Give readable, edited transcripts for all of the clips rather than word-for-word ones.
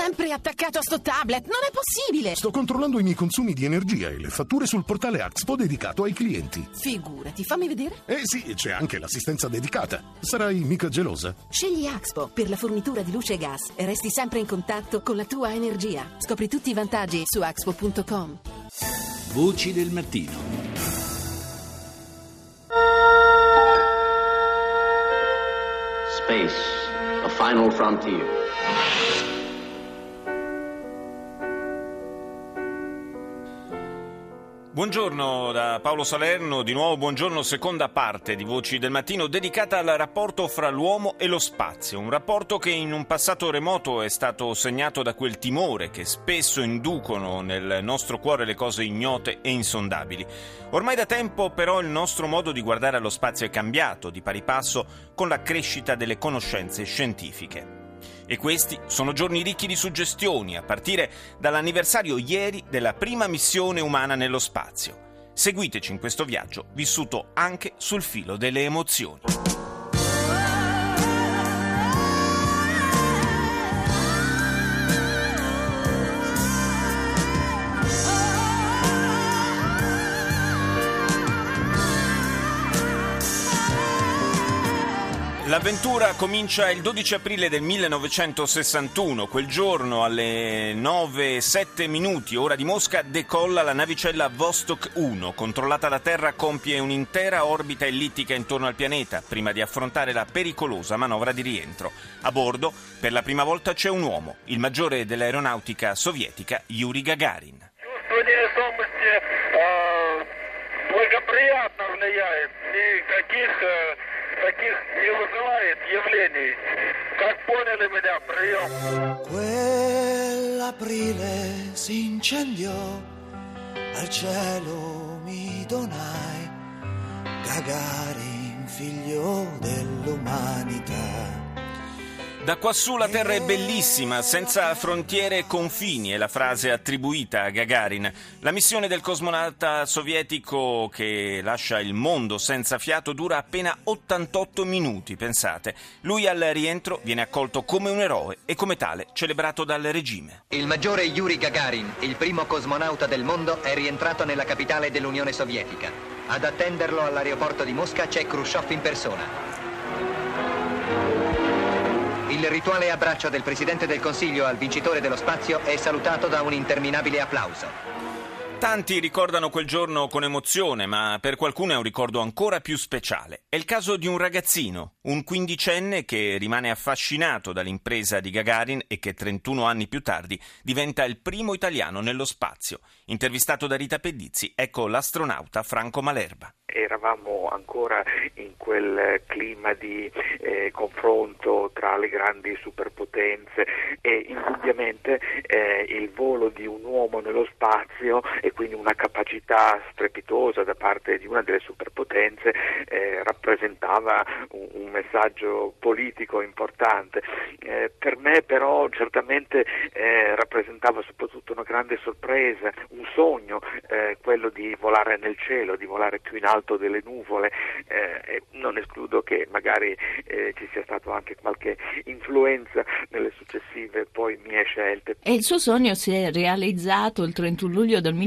sempre attaccato a sto tablet, non è possibile! Sto controllando i miei consumi di energia e le fatture sul portale Axpo dedicato ai clienti. Figurati, fammi vedere. Sì, c'è anche l'assistenza dedicata. Sarai mica gelosa? Scegli Axpo per la fornitura di luce e gas e resti sempre in contatto con la tua energia. Scopri tutti i vantaggi su axpo.com. Voci del mattino. Space, the final frontier. Buongiorno da Paolo Salerno, di nuovo buongiorno, seconda parte di Voci del Mattino dedicata al rapporto fra l'uomo e lo spazio, un rapporto che in un passato remoto è stato segnato da quel timore che spesso inducono nel nostro cuore le cose ignote e insondabili. Ormai da tempo però il nostro modo di guardare allo spazio è cambiato di pari passo con la crescita delle conoscenze scientifiche. E questi sono giorni ricchi di suggestioni, a partire dall'anniversario ieri della prima missione umana nello spazio. Seguiteci in questo viaggio, vissuto anche sul filo delle emozioni. L'avventura comincia il 12 aprile del 1961. Quel giorno alle 9:07 ora di Mosca decolla la navicella Vostok 1. Controllata da terra compie un'intera orbita ellittica intorno al pianeta prima di affrontare la pericolosa manovra di rientro. A bordo, per la prima volta c'è un uomo, il maggiore dell'aeronautica sovietica Yuri Gagarin. Quell'aprile si incendiò, al cielo mi donai, Gagarin, figlio dell'umanità. Da quassù la terra è bellissima, senza frontiere e confini, è la frase attribuita a Gagarin. La missione del cosmonauta sovietico che lascia il mondo senza fiato dura appena 88 minuti, pensate. Lui al rientro viene accolto come un eroe e come tale celebrato dal regime. Il maggiore Yuri Gagarin, il primo cosmonauta del mondo, è rientrato nella capitale dell'Unione Sovietica. Ad attenderlo all'aeroporto di Mosca c'è Khrushchev in persona. Il rituale abbraccio del Presidente del Consiglio al vincitore dello spazio è salutato da un interminabile applauso. Tanti ricordano quel giorno con emozione, ma per qualcuno è un ricordo ancora più speciale. È il caso di un ragazzino, un quindicenne che rimane affascinato dall'impresa di Gagarin e che 31 anni più tardi diventa il primo italiano nello spazio. Intervistato da Rita Pedizzi, ecco l'astronauta Franco Malerba. Eravamo ancora in quel clima di confronto tra le grandi superpotenze e indubbiamente il volo di un uomo nello spazio e quindi una capacità strepitosa da parte di una delle superpotenze rappresentava un messaggio politico importante. Per me però certamente rappresentava soprattutto una grande sorpresa, un sogno, quello di volare nel cielo, di volare più in alto delle nuvole. Non escludo che magari ci sia stato anche qualche influenza nelle successive poi mie scelte. E il suo sogno si è realizzato il 31 luglio del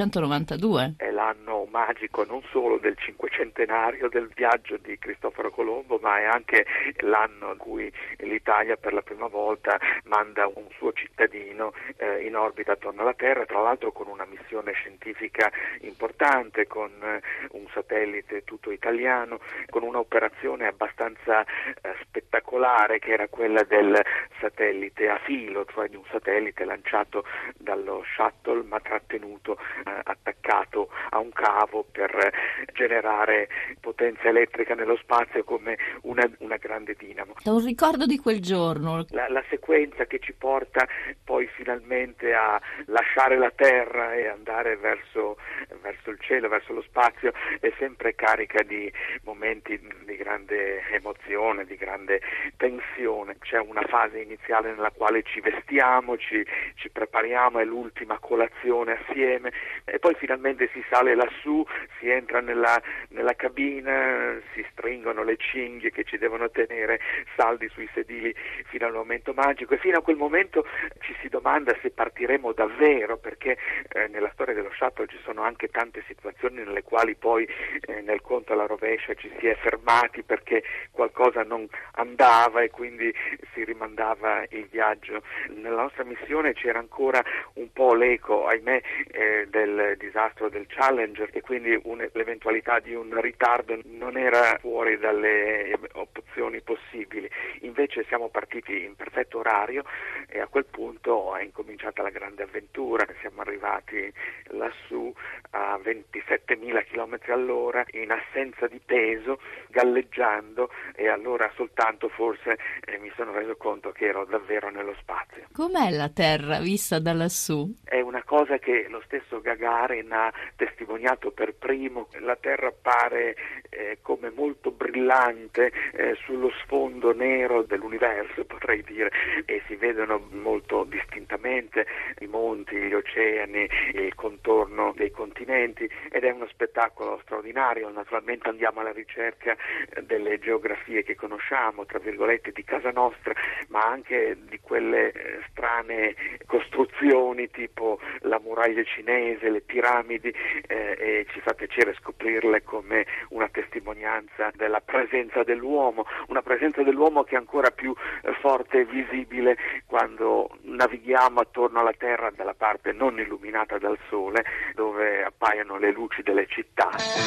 1992. È l'anno magico non solo del cinquecentenario del viaggio di Cristoforo Colombo, ma è anche l'anno in cui l'Italia per la prima volta manda un suo cittadino in orbita attorno alla Terra, tra l'altro con una missione scientifica importante, con un satellite tutto italiano, con un'operazione abbastanza spettacolare che era quella del satellite a filo, cioè di un satellite lanciato dallo shuttle ma trattenuto attaccato a un cavo per generare potenza elettrica nello spazio come una grande dinamo. Da un ricordo di quel giorno. La sequenza che ci porta poi finalmente a lasciare la Terra e andare verso il cielo, verso lo spazio, è sempre carica di momenti di grande emozione, di grande tensione. C'è una fase iniziale nella quale ci vestiamo, ci prepariamo, è l'ultima colazione assieme e poi finalmente si sale dove lassù si entra nella cabina, si stringono le cinghie che ci devono tenere saldi sui sedili fino al momento magico, e fino a quel momento ci si domanda se partiremo davvero, perché nella storia dello shuttle ci sono anche tante situazioni nelle quali poi nel conto alla rovescia ci si è fermati perché qualcosa non andava e quindi si rimandava il viaggio. Nella nostra missione c'era ancora un po' l'eco, ahimè, del disastro del Challenger, e quindi l'eventualità di un ritardo non era fuori dalle opzioni possibili. Invece siamo partiti in perfetto orario e a quel punto è incominciata la grande avventura. Siamo arrivati lassù a 27.000 km all'ora in assenza di peso, galleggiando, e allora soltanto forse mi sono reso conto che ero davvero nello spazio. Com'è la Terra vista da lassù? È una cosa che lo stesso Gagarin ha testimoniato per primo. La Terra appare come molto brillante sullo sfondo nero dell'universo, potrei dire, e si vedono molto distintamente i monti, gli oceani, il contorno dei continenti, ed è uno spettacolo straordinario. Naturalmente andiamo alla ricerca delle geografie che conosciamo, tra virgolette, di casa nostra, ma anche di quelle strane costruzioni tipo la muraglia cinese, le piramidi, e ci fa piacere scoprirle come una testimonianza della presenza dell'uomo, una presenza dell'uomo che è ancora più forte e visibile quando navighiamo attorno alla Terra dalla parte non illuminata dal sole, dove appaiono le luci delle città.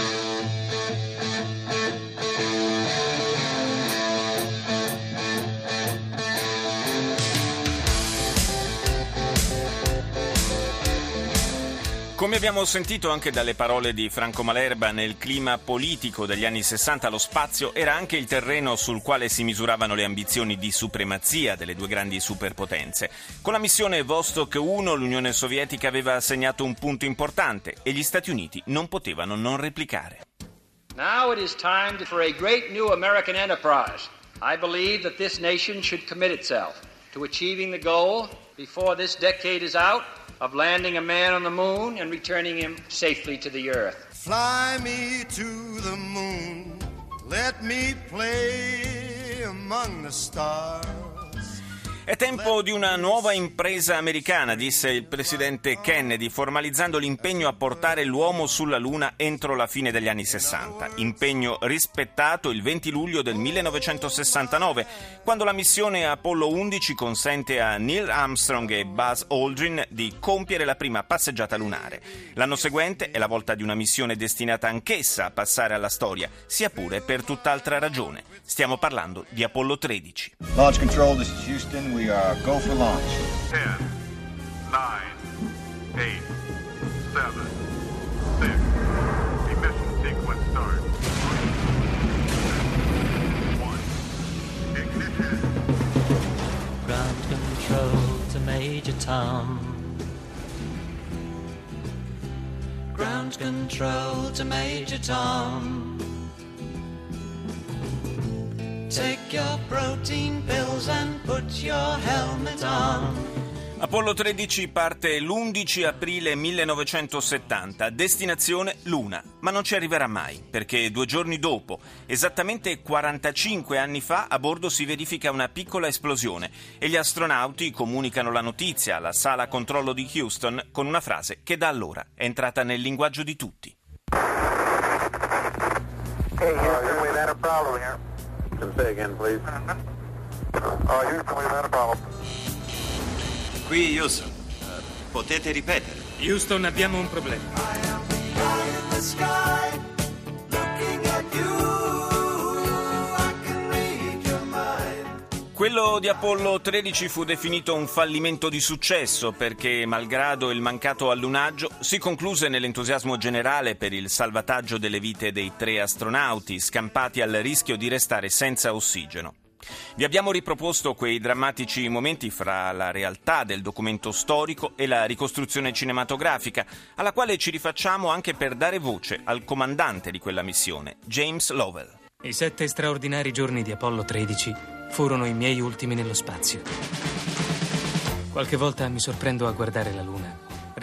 Come abbiamo sentito anche dalle parole di Franco Malerba, nel clima politico degli anni 60 lo spazio era anche il terreno sul quale si misuravano le ambizioni di supremazia delle due grandi superpotenze. Con la missione Vostok 1 l'Unione Sovietica aveva segnato un punto importante e gli Stati Uniti non potevano non replicare. Now it is time for a great new American enterprise. I believe that this nation should commit itself to achieving the goal before this decade is out of landing a man on the moon and returning him safely to the earth. Fly me to the moon, let me play among the stars. È tempo di una nuova impresa americana, disse il presidente Kennedy, formalizzando l'impegno a portare l'uomo sulla Luna entro la fine degli anni 60. Impegno rispettato il 20 luglio del 1969, quando la missione Apollo 11 consente a Neil Armstrong e Buzz Aldrin di compiere la prima passeggiata lunare. L'anno seguente è la volta di una missione destinata anch'essa a passare alla storia, sia pure per tutt'altra ragione. Stiamo parlando di Apollo 13. Launch Control, this is Houston. We are go for launch. 10, 9, 8, 7, 6. Ignition sequence start. 3, 2, 1. Ignition. Ground control to Major Tom. Ground control to Major Tom. Take your protein pills and put your helmet on. Apollo 13 parte l'11 aprile 1970, destinazione Luna, ma non ci arriverà mai, perché 2 giorni dopo, esattamente 45 anni fa, a bordo si verifica una piccola esplosione e gli astronauti comunicano la notizia alla sala controllo di Houston con una frase che da allora è entrata nel linguaggio di tutti. Hey, Houston, we've had a problem here. Say again, please. Houston, we've had a problem. Qui Houston, potete ripetere? Houston, abbiamo un problema. Quello di Apollo 13 fu definito un fallimento di successo perché, malgrado il mancato allunaggio, si concluse nell'entusiasmo generale per il salvataggio delle vite dei 3 astronauti scampati al rischio di restare senza ossigeno. Vi abbiamo riproposto quei drammatici momenti fra la realtà del documento storico e la ricostruzione cinematografica, alla quale ci rifacciamo anche per dare voce al comandante di quella missione, James Lovell. I 7 straordinari giorni di Apollo 13 furono i miei ultimi nello spazio. Qualche volta mi sorprendo a guardare la Luna,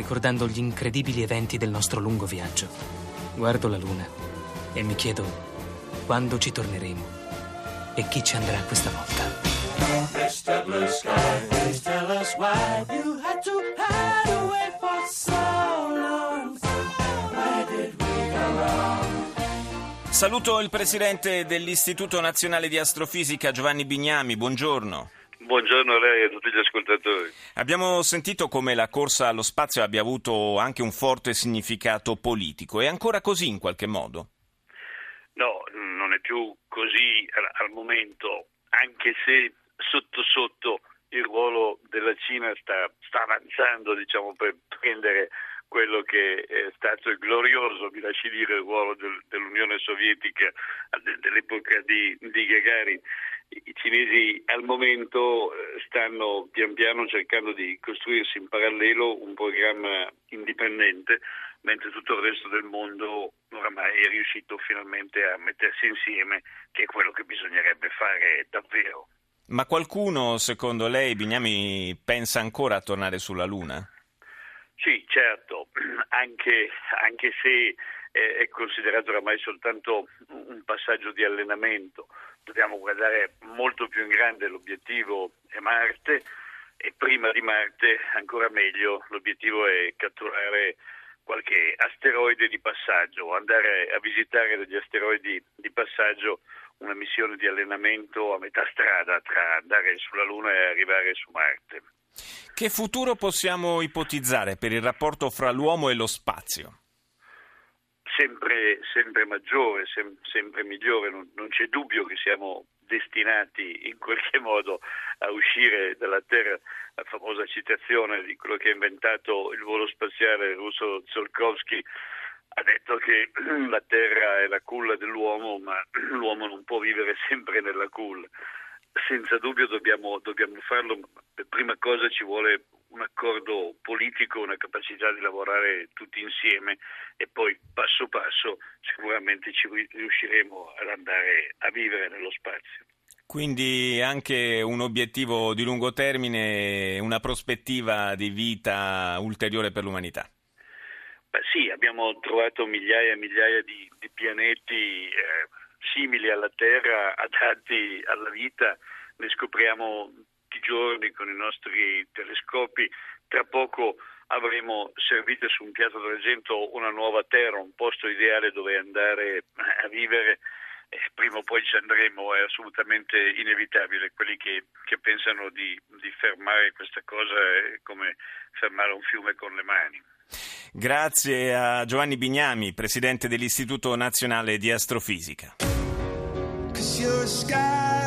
ricordando gli incredibili eventi del nostro lungo viaggio. Guardo la luna e mi chiedo quando ci torneremo e chi ci andrà questa volta. Mr. Blue Sky, please tell us why you had to hide away for so long. Where did we go wrong? Saluto il presidente dell'Istituto Nazionale di Astrofisica, Giovanni Bignami, buongiorno. Buongiorno a lei e a tutti gli ascoltatori. Abbiamo sentito come la corsa allo spazio abbia avuto anche un forte significato politico. È ancora così in qualche modo? No, non è più così al momento, anche se sotto il ruolo della Cina sta avanzando, diciamo, per prendere quello che è stato il glorioso, mi lasci dire, il ruolo dell'Unione Sovietica dell'epoca di Gagarin. I cinesi al momento stanno pian piano cercando di costruirsi in parallelo un programma indipendente, mentre tutto il resto del mondo oramai è riuscito finalmente a mettersi insieme, che è quello che bisognerebbe fare davvero. Ma qualcuno, secondo lei, Bignami, pensa ancora a tornare sulla Luna? Sì, certo, anche se è considerato oramai soltanto un passaggio di allenamento. Dobbiamo guardare molto più in grande, l'obiettivo è Marte e prima di Marte, ancora meglio, l'obiettivo è catturare qualche asteroide di passaggio o andare a visitare degli asteroidi di passaggio, una missione di allenamento a metà strada tra andare sulla Luna e arrivare su Marte. Che futuro possiamo ipotizzare per il rapporto fra l'uomo e lo spazio? Sempre maggiore, sempre migliore, non c'è dubbio che siamo destinati in qualche modo a uscire dalla Terra. La famosa citazione di quello che ha inventato il volo spaziale russo Tsiolkovsky ha detto che la Terra è la culla dell'uomo, ma l'uomo non può vivere sempre nella culla. Senza dubbio dobbiamo farlo, ma per prima cosa ci vuole un accordo politico, una capacità di lavorare tutti insieme e poi passo passo sicuramente ci riusciremo ad andare a vivere nello spazio. Quindi anche un obiettivo di lungo termine, una prospettiva di vita ulteriore per l'umanità. Beh, sì, abbiamo trovato migliaia e migliaia di pianeti simili alla Terra, adatti alla vita, ne scopriamo tutti i giorni con i nostri telescopi. Tra poco avremo servito su un piatto d'argento una nuova Terra, un posto ideale dove andare a vivere. Prima o poi ci andremo, è assolutamente inevitabile. Quelli che pensano di fermare questa cosa è come fermare un fiume con le mani. Grazie a Giovanni Bignami, presidente dell'Istituto Nazionale di Astrofisica.